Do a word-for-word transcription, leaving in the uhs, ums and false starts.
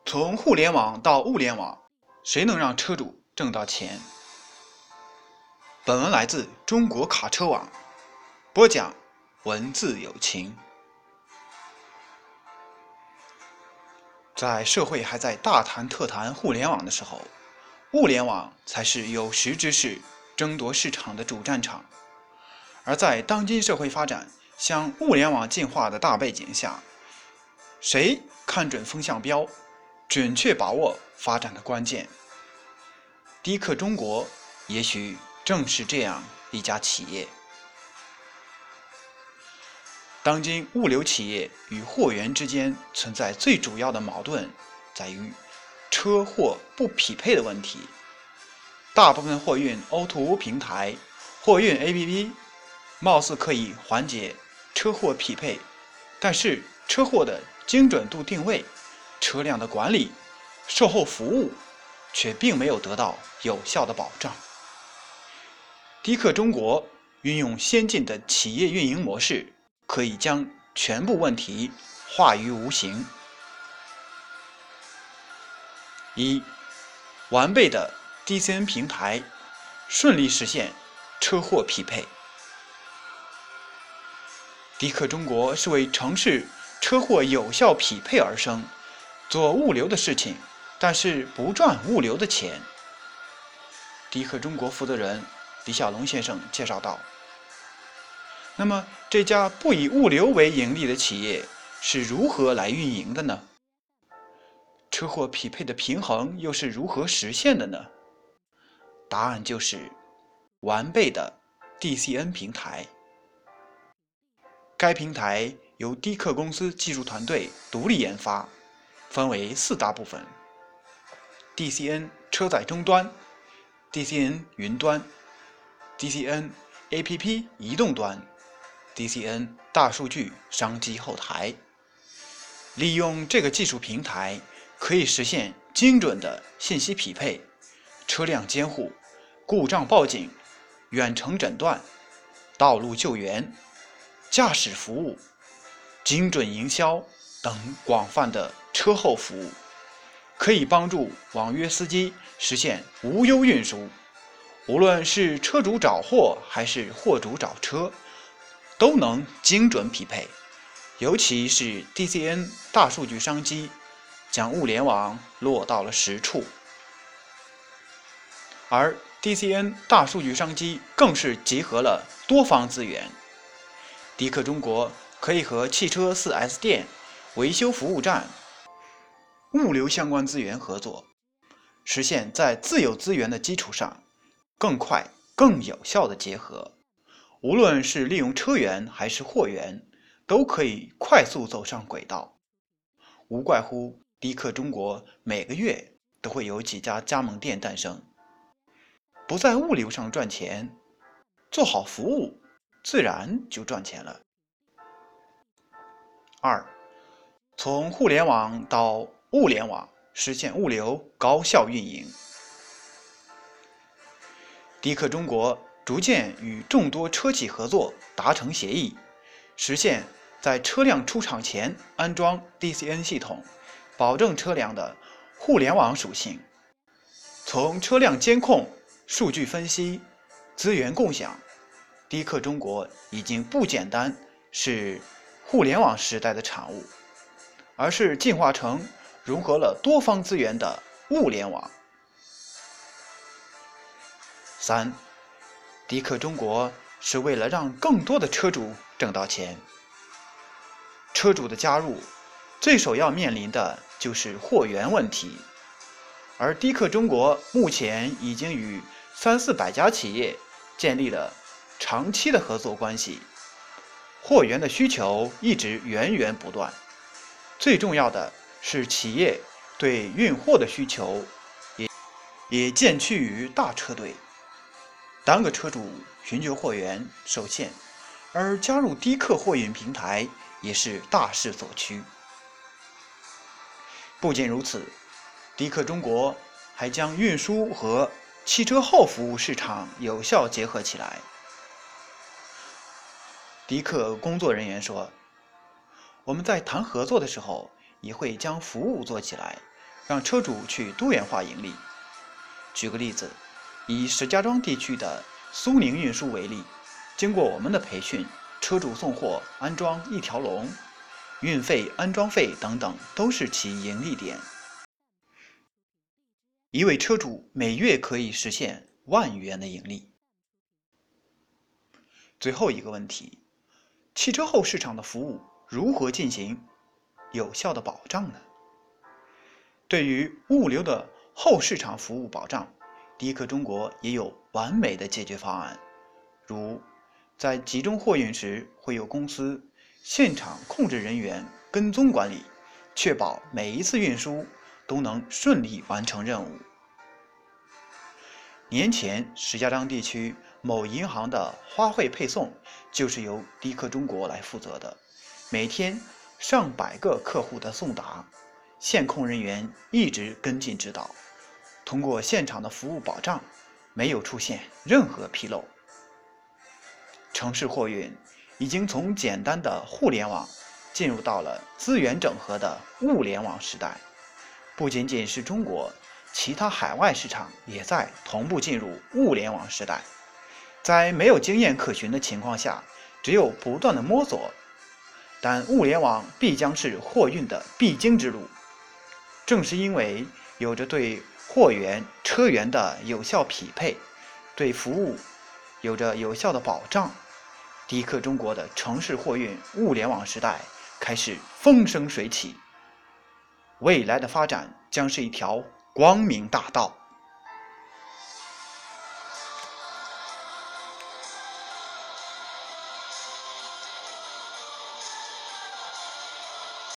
从互联网到物联网，谁能让车主挣到钱？本文来自中国卡车网，播讲文字有情。在社会还在大谈特谈互联网的时候，物联网才是有识之士争夺市场的主战场。而在当今社会发展向物联网进化的大背景下，谁看准风向标，准确把握发展的关键？迪克中国也许正是这样一家企业。当今物流企业与货源之间存在最主要的矛盾，在于车货不匹配的问题。大部分货运 O to O 平台、货运 A P P 貌似可以缓解车货匹配，但是车货的精准度定位、车辆的管理、售后服务却并没有得到有效的保障。迪克中国运用先进的企业运营模式，可以将全部问题化于无形。一、完备的 D C N 平台，顺利实现车货匹配。迪克中国是为城市车货有效匹配而生，做物流的事情，但是不赚物流的钱。迪克中国负责人李小龙先生介绍道，那么这家不以物流为盈利的企业是如何来运营的呢？车货匹配的平衡又是如何实现的呢？答案就是完备的 D C N 平台。该平台由迪克公司技术团队独立研发，分为四大部分： D C N 车载终端、D C N 云端、D C N A P P 移动端、D C N 大数据商机后台。利用这个技术平台，可以实现精准的信息匹配、车辆监护、故障报警、远程诊断、道路救援、驾驶服务、精准营销等广泛的车后服务，可以帮助网约司机实现无忧运输。无论是车主找货还是货主找车，都能精准匹配。尤其是 D C N 大数据商机，将物联网落到了实处。而 D C N 大数据商机更是集合了多方资源。迪克中国可以和汽车 四 S 店、维修服务站、物流相关资源合作，实现在自有资源的基础上更快更有效的结合。无论是利用车源还是货源，都可以快速走上轨道。无怪乎迪克中国每个月都会有几家加盟店诞生。不在物流上赚钱，做好服务自然就赚钱了。二、从互联网到物联网，实现物流高效运营。迪克中国逐渐与众多车企合作，达成协议，实现在车辆出厂前安装 D C N 系统，保证车辆的互联网属性。从车辆监控、数据分析、资源共享，迪克中国已经不简单是互联网时代的产物，而是进化成融合了多方资源的物联网。三、迪克中国是为了让更多的车主挣到钱。车主的加入，最首要面临的就是货源问题，而迪克中国目前已经与三四百家企业建立了长期的合作关系，货源的需求一直源源不断。最重要的是，企业对运货的需求也也渐趋于大车队。单个车主寻求货源受限，而加入迪克货运平台也是大势所趋。不仅如此，迪克中国还将运输和汽车后服务市场有效结合起来。迪克工作人员说，我们在谈合作的时候，也会将服务做起来， 让车主去多元化盈利。举个例子，以石家庄地区的苏宁运输为例，经过我们的培训，车主送货、安装一条龙，运费、安装费等等都是其盈利点。一位车主每月可以实现万元的盈利。最后一个问题，汽车后市场的服务如何进行有效的保障呢？对于物流的后市场服务保障，迪克中国也有完美的解决方案。如在集中货运时，会有公司现场控制人员跟踪管理，确保每一次运输都能顺利完成任务。年前，石家庄地区某银行的花卉配送就是由迪克中国来负责的，每天上百个客户的送达，线控人员一直跟进指导，通过现场的服务保障，没有出现任何纰漏。城市货运已经从简单的互联网进入到了资源整合的物联网时代，不仅仅是中国，其他海外市场也在同步进入物联网时代。在没有经验可循的情况下，只有不断的摸索，但物联网必将是货运的必经之路。正是因为有着对货源、车源的有效匹配，对服务有着有效的保障，迪克中国的城市货运物联网时代开始风生水起，未来的发展将是一条光明大道。